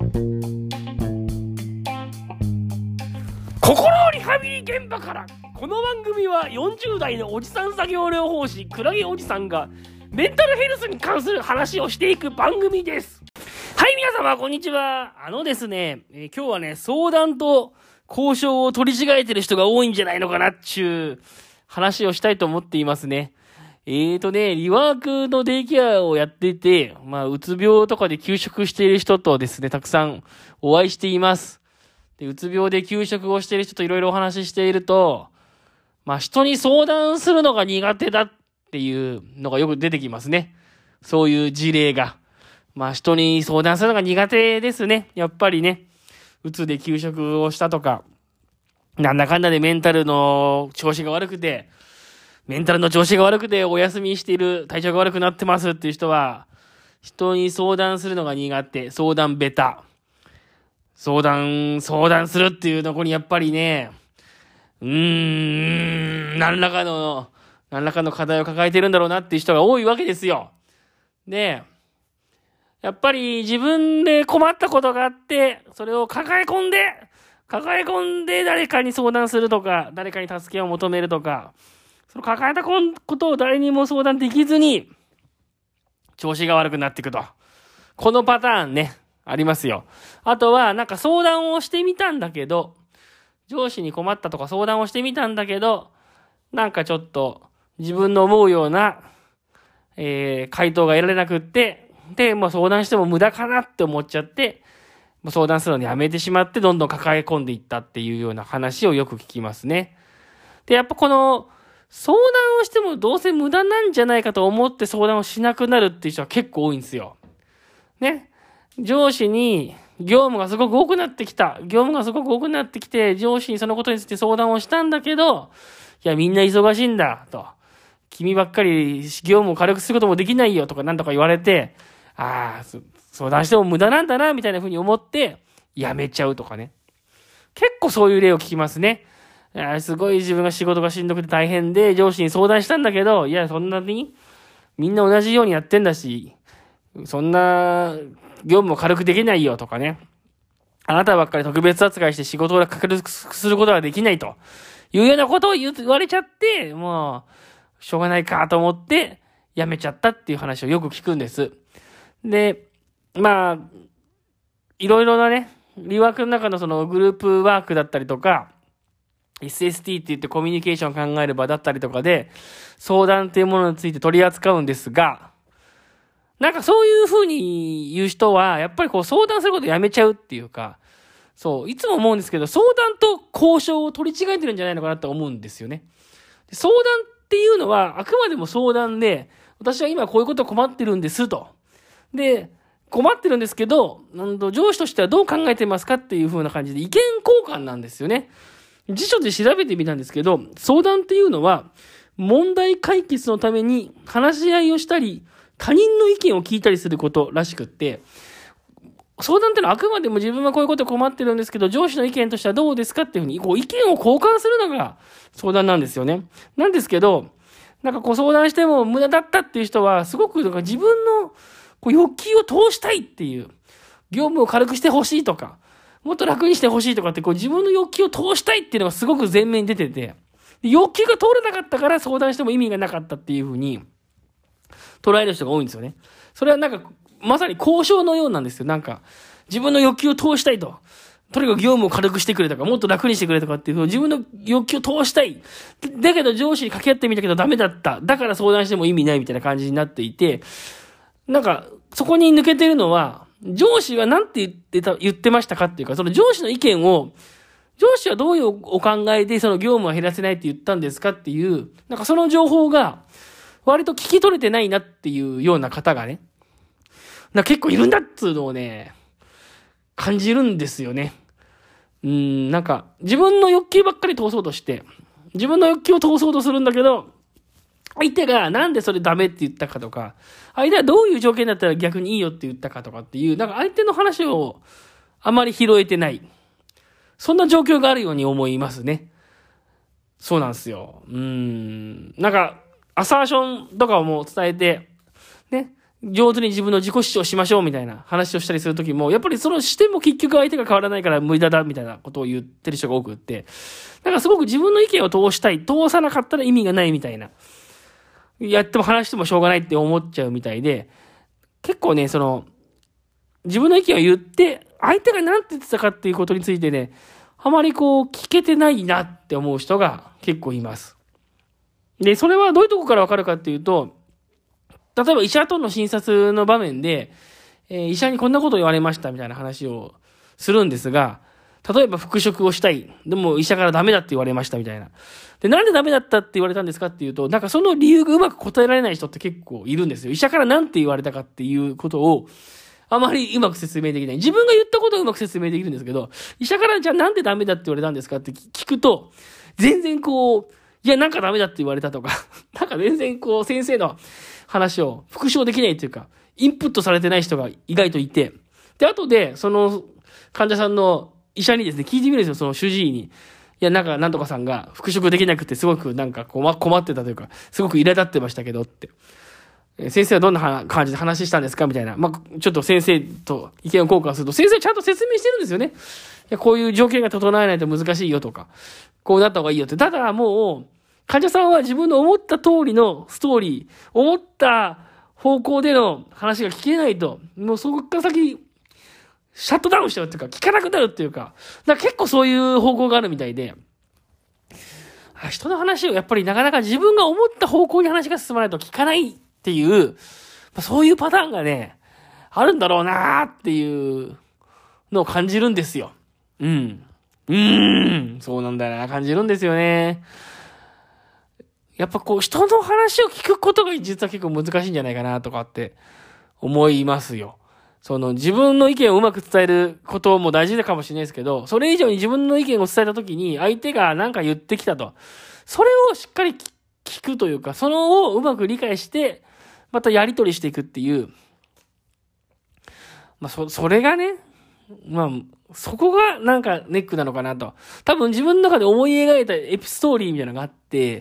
心リハビリ現場から。この番組は40代のおじさん作業療法士クラゲおじさんがメンタルヘルスに関する話をしていく番組です。はい、皆様こんにちは。ですね、今日はね、相談と交渉を取り違えてる人が多いんじゃないのかなっちゅう話をしたいと思っていますね。リワークのデイケアをやっていて、うつ病とかで休職している人とですね、たくさんお会いしています。で、うつ病で休職をしている人といろいろお話ししていると、人に相談するのが苦手だっていうのがよく出てきますね。そういう事例が。人に相談するのが苦手ですね。やっぱりね、うつで休職をしたとか、なんだかんだでメンタルの調子が悪くてお休みしている、体調が悪くなってますっていう人は、人に相談するのが苦手、相談ベタ。相談するっていうところにやっぱりね、何らかの課題を抱えてるんだろうなっていう人が多いわけですよ。で、やっぱり自分で困ったことがあって、それを抱え込んで誰かに相談するとか、誰かに助けを求めるとか、その抱えたことを誰にも相談できずに、調子が悪くなっていくと。このパターンね、ありますよ。あとは、相談をしてみたんだけど、上司に困ったとか相談をしてみたんだけど、ちょっと自分の思うような、回答が得られなくって、で、相談しても無駄かなって思っちゃって、相談するのにやめてしまって、どんどん抱え込んでいったっていうような話をよく聞きますね。で、やっぱこの、相談をしてもどうせ無駄なんじゃないかと思って相談をしなくなるっていう人は結構多いんですよ。ね。上司に業務がすごく多くなってきて、上司にそのことについて相談をしたんだけど、いやみんな忙しいんだと。君ばっかり業務を軽くすることもできないよとかなんとか言われて、相談しても無駄なんだなみたいな風に思ってやめちゃうとかね。結構そういう例を聞きますね。すごい自分が仕事がしんどくて大変で上司に相談したんだけど、いやそんなにみんな同じようにやってんだし、そんな業務も軽くできないよとかね。あなたばっかり特別扱いして仕事を軽くすることはできないというようなことを言われちゃって、もうしょうがないかと思ってやめちゃったっていう話をよく聞くんです。で、いろいろなね、リワークの中のそのグループワークだったりとか、SST って言ってコミュニケーションを考える場だったりとかで、相談っていうものについて取り扱うんですが、そういう風に言う人は、やっぱり相談することやめちゃうっていうか、いつも思うんですけど、相談と交渉を取り違えてるんじゃないのかなと思うんですよね。相談っていうのは、あくまでも相談で、私は今こういうこと困ってるんですと。で、困ってるんですけど、上司としてはどう考えてますかっていう風な感じで意見交換なんですよね。辞書で調べてみたんですけど、相談っていうのは、問題解決のために話し合いをしたり、他人の意見を聞いたりすることらしくって、相談ってのはあくまでも自分はこういうこと困ってるんですけど、上司の意見としてはどうですかっていうふうに、意見を交換するのが相談なんですよね。なんですけど、相談しても無駄だったっていう人は、すごく自分の欲求を通したいっていう、業務を軽くしてほしいとか、もっと楽にしてほしいとかって自分の欲求を通したいっていうのがすごく前面に出てて、欲求が通れなかったから相談しても意味がなかったっていうふうに捉える人が多いんですよね。それはまさに交渉のようなんですよ。自分の欲求を通したいと。とにかく業務を軽くしてくれとか、もっと楽にしてくれとかっていう自分の欲求を通したい。だけど上司に掛け合ってみたけどダメだった。だから相談しても意味ないみたいな感じになっていて、そこに抜けてるのは、上司は何て言ってましたかっていうか、その上司の意見を、上司はどういうお考えでその業務は減らせないって言ったんですかっていう、その情報が割と聞き取れてないなっていうような方がね、結構いるんだっつうのをね、感じるんですよね。自分の欲求ばっかり通そうとして、自分の欲求を通そうとするんだけど、相手がなんでそれダメって言ったかとか、相手はどういう条件だったら逆にいいよって言ったかとかっていう、相手の話をあまり拾えてない。そんな状況があるように思いますね。そうなんですよ。アサーションとかをもう伝えて、ね、 上手に自分の自己主張しましょうみたいな話をしたりするときも、やっぱりその視点も結局相手が変わらないから無駄だみたいなことを言ってる人が多くって、だからすごく自分の意見を通したい、通さなかったら意味がないみたいな。やっても話してもしょうがないって思っちゃうみたいで、結構ね、自分の意見を言って、相手が何て言ってたかっていうことについてね、あまり聞けてないなって思う人が結構います。で、それはどういうとこからわかるかっていうと、例えば医者との診察の場面で、医者にこんなこと言われましたみたいな話をするんですが、例えば復職をしたい。でも医者からダメだって言われましたみたいな。で、なんでダメだったって言われたんですかっていうと、なんかその理由がうまく答えられない人って結構いるんですよ。医者からなんて言われたかっていうことを、あまりうまく説明できない。自分が言ったことをうまく説明できるんですけど、医者からじゃあなんでダメだって言われたんですかって聞くと、全然いやなんかダメだって言われたとか、なんか全然先生の話を復唱できないというか、インプットされてない人が意外といて、で、後で、その患者さんの医者にですね、聞いてみるんですよ、その主治医に。いや、なんとかさんが復職できなくてすごく困ってたというか、すごく苛立ってましたけどって。先生はどんな感じで話したんですかみたいな。ちょっと先生と意見を交換すると、先生はちゃんと説明してるんですよね。いや、こういう条件が整えないと難しいよとか、こうなった方がいいよって。ただもう、患者さんは自分の思った通りのストーリー、思った方向での話が聞けないと、もうそこから先、シャットダウンしちゃうっていうか、聞かなくなるっていうか、結構そういう方向があるみたいで、人の話をやっぱりなかなか自分が思った方向に話が進まないと聞かないっていう、そういうパターンがね、あるんだろうなーっていうのを感じるんですよ。そうなんだよな、感じるんですよね。やっぱ人の話を聞くことが実は結構難しいんじゃないかなとかって思いますよ。自分の意見をうまく伝えることも大事かもしれないですけど、それ以上に自分の意見を伝えたときに相手が何か言ってきたと。それをしっかり聞くというか、そのをうまく理解して、またやり取りしていくっていう。それがね、そこがなんかネックなのかなと。多分自分の中で思い描いたエピストーリーみたいなのがあって、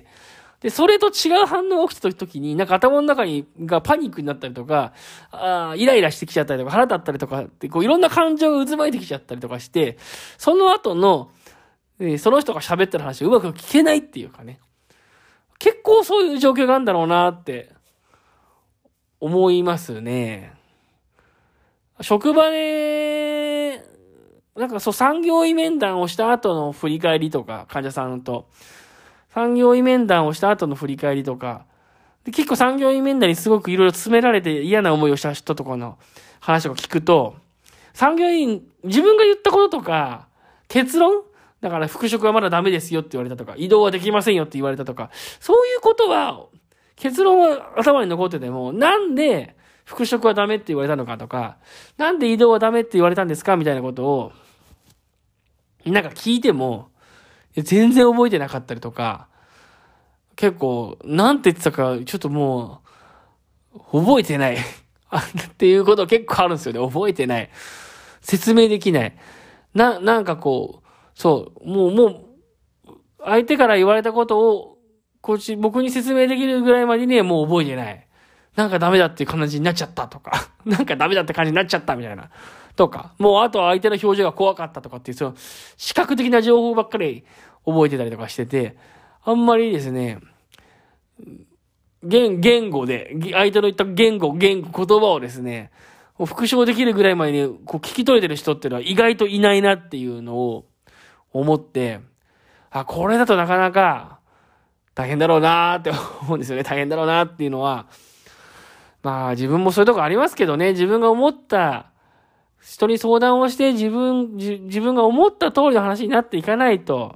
で、それと違う反応が起きた時に、なんか頭の中がパニックになったりとか、イライラしてきちゃったりとか、腹立ったりとかって、いろんな感情が渦巻いてきちゃったりとかして、その後の、その人が喋ってる話をうまく聞けないっていうかね。結構そういう状況があるんだろうなって思いますね。職場で、産業医面談をした後の振り返りとか、患者さんと、産業医面談をした後の振り返りとか、で結構産業医面談にすごくいろいろ詰められて嫌な思いをした人とかの話を聞くと、産業医、自分が言ったこととか、結論だから復職はまだダメですよって言われたとか、移動はできませんよって言われたとか、そういうことは、結論は頭に残ってても、なんで復職はダメって言われたのかとか、なんで移動はダメって言われたんですかみたいなことを、聞いても、全然覚えてなかったりとか、結構、なんて言ってたか、ちょっともう、覚えてない。っていうこと結構あるんですよね。覚えてない。説明できない。もう、相手から言われたことを、僕に説明できるぐらいまでにはもう覚えてない。なんかダメだっていう感じになっちゃったとか、なんかダメだって感じになっちゃったみたいな。とか、もうあとは相手の表情が怖かったとかっていう、視覚的な情報ばっかり覚えてたりとかしてて、あんまりですね、言語で、相手の言った言葉をですね、復唱できるぐらいまでに聞き取れてる人っていうのは意外といないなっていうのを思って、これだとなかなか大変だろうなーって思うんですよね。大変だろうなっていうのは、自分もそういうとこありますけどね、自分が思った人に相談をして自分が思った通りの話になっていかないと、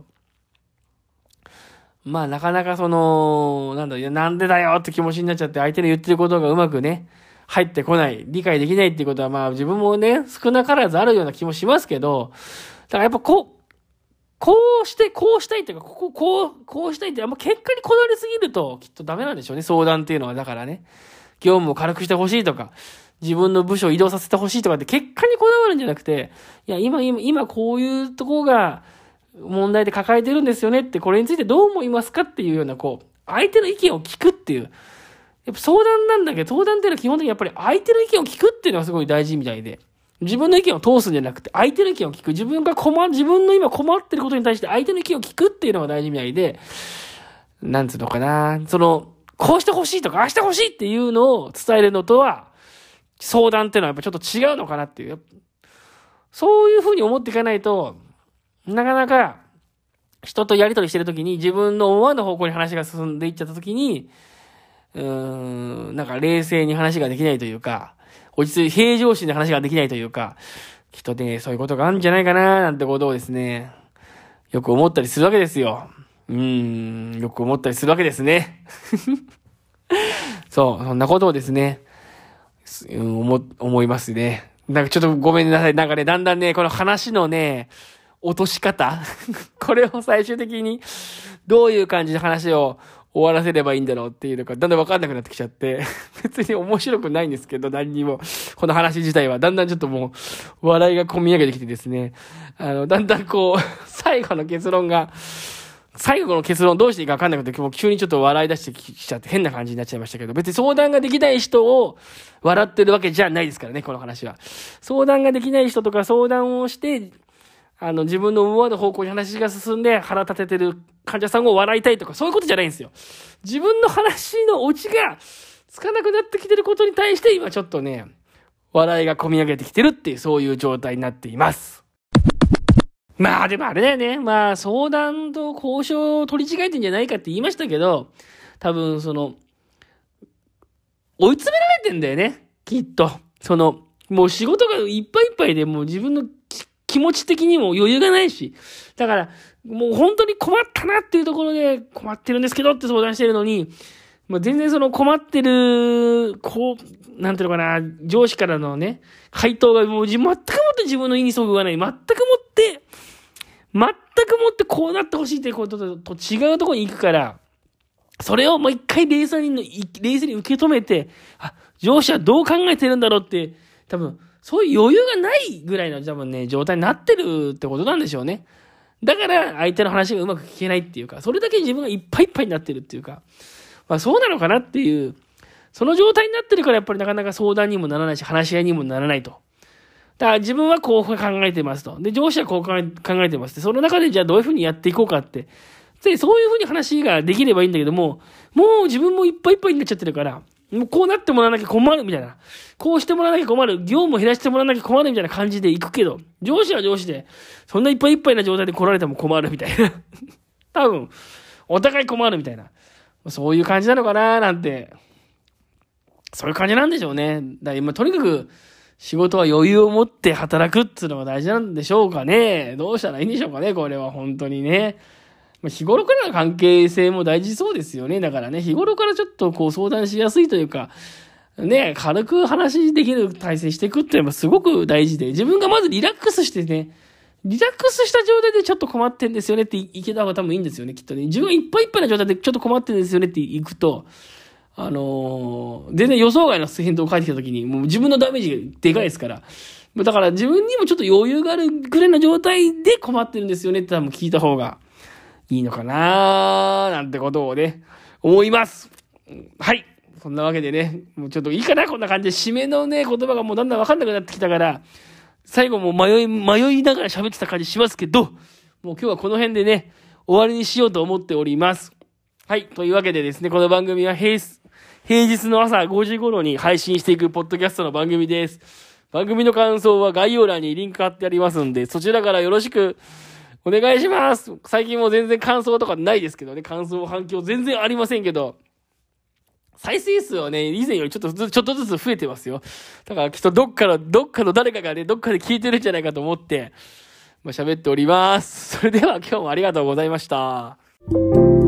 なかなかなんでだよって気持ちになっちゃって相手の言ってることがうまくね、入ってこない、理解できないっていうことは自分もね、少なからずあるような気もしますけど、だからやっぱこうしたいっていうか、こうしたいって結果にこだわりすぎるときっとダメなんでしょうね、相談っていうのは。だからね、業務を軽くしてほしいとか、自分の部署を移動させてほしいとかって結果にこだわるんじゃなくて、いや、今こういうところが問題で抱えてるんですよねって、これについてどう思いますかっていうような、相手の意見を聞くっていう、 やっぱ相談なんだけど、相談っていうのは基本的にやっぱり相手の意見を聞くっていうのがすごい大事みたいで。自分の意見を通すんじゃなくて、相手の意見を聞く。自分の今困ってることに対して相手の意見を聞くっていうのが大事みたいで、なんつうのかな。こうしてほしいとか、ああしてほしいっていうのを伝えるのとは、相談っていうのはやっぱちょっと違うのかなっていう。そういうふうに思っていかないと、なかなか人とやりとりしてるときに自分の思わぬ方向に話が進んでいっちゃったときに、なんか冷静に話ができないというか、落ち着いて平常心で話ができないというか、きっとね、そういうことがあるんじゃないかななんてことをですね、よく思ったりするわけですよ。よく思ったりするわけですね。そう、そんなことをですね、思いますね。なんかちょっとごめんなさい。なんかね、だんだんね、この話のね、落とし方これを最終的にどういう感じで話を終わらせればいいんだろうっていうのがだんだん分かんなくなってきちゃって別に面白くないんですけど、何にもこの話自体はだんだんちょっともう笑いが込み上げてきてですね、だんだんこう最後の結論どうしていいか分かんなくて、もう急にちょっと笑い出してきちゃって変な感じになっちゃいましたけど、別に相談ができない人を笑ってるわけじゃないですからね、この話は。相談ができない人とか相談をして自分の思わぬ方向に話が進んで腹立ててる患者さんを笑いたいとかそういうことじゃないんですよ。自分の話のオチがつかなくなってきてることに対して今ちょっとね、笑いが込み上げてきてるっていうそういう状態になっています。まあでもあれだよね。まあ相談と交渉を取り違えてんじゃないかって言いましたけど、多分追い詰められてんだよね。きっと。もう仕事がいっぱいいっぱいでもう自分の気持ち的にも余裕がないし。だから、もう本当に困ったなっていうところで困ってるんですけどって相談してるのに、まあ、全然困ってる、なんていうのかな、上司からのね、回答がもう全くもって自分の意にそぐわない。全くもってこうなってほしいっていうことと違うところに行くから、それをもう一回冷静に受け止めて、上司はどう考えてるんだろうって、多分、そういう余裕がないぐらいの多分ね、状態になってるってことなんでしょうね。だから相手の話がうまく聞けないっていうか、それだけ自分がいっぱいいっぱいになってるっていうか、まあそうなのかなっていう、その状態になってるからやっぱりなかなか相談にもならないし、話し合いにもならないと。だから自分はこう考えてますと。で、上司はこう考えてますって。その中でじゃあどういうふうにやっていこうかって。で、そういうふうに話ができればいいんだけども、もう自分もいっぱいいっぱいになっちゃってるから、もうこうなってもらわなきゃ困るみたいな。こうしてもらわなきゃ困る。業務を減らしてもらわなきゃ困るみたいな感じで行くけど、上司は上司で、そんないっぱいいっぱいな状態で来られても困るみたいな。多分、お互い困るみたいな。そういう感じなのかななんて。そういう感じなんでしょうね。だから今とにかく、仕事は余裕を持って働くっていうのが大事なんでしょうかね。どうしたらいいんでしょうかね、これは本当にね。日頃からの関係性も大事そうですよね。だからね、日頃からちょっとこう相談しやすいというか、ね、軽く話できる体制していくっていうのはすごく大事で、自分がまずリラックスしてね、リラックスした状態でちょっと困ってんですよねっていけた方が多分いいんですよね、きっとね。自分がいっぱいいっぱいな状態でちょっと困ってんですよねっていくと、全然予想外の返答を返ってきた時に、もう自分のダメージがでかいですから。だから自分にもちょっと余裕があるぐらいの状態で困ってるんですよねって多分聞いた方がいいのかなーなんてことをね、思います。はい。そんなわけでね、もうちょっといいかなこんな感じで締めのね、言葉がもうだんだんわかんなくなってきたから、最後も迷いながら喋ってた感じしますけど、もう今日はこの辺でね、終わりにしようと思っております。はい。というわけでですね、この番組は平日の朝5時頃に配信していくポッドキャストの番組です。番組の感想は概要欄にリンク貼ってありますんで、そちらからよろしくお願いします。最近も全然感想とかないですけどね、感想反響全然ありませんけど、再生数はね、以前よりちょっとずつ増えてますよ。だからきっとどっかの誰かがね、どっかで聞いてるんじゃないかと思って、喋っております。それでは今日もありがとうございました。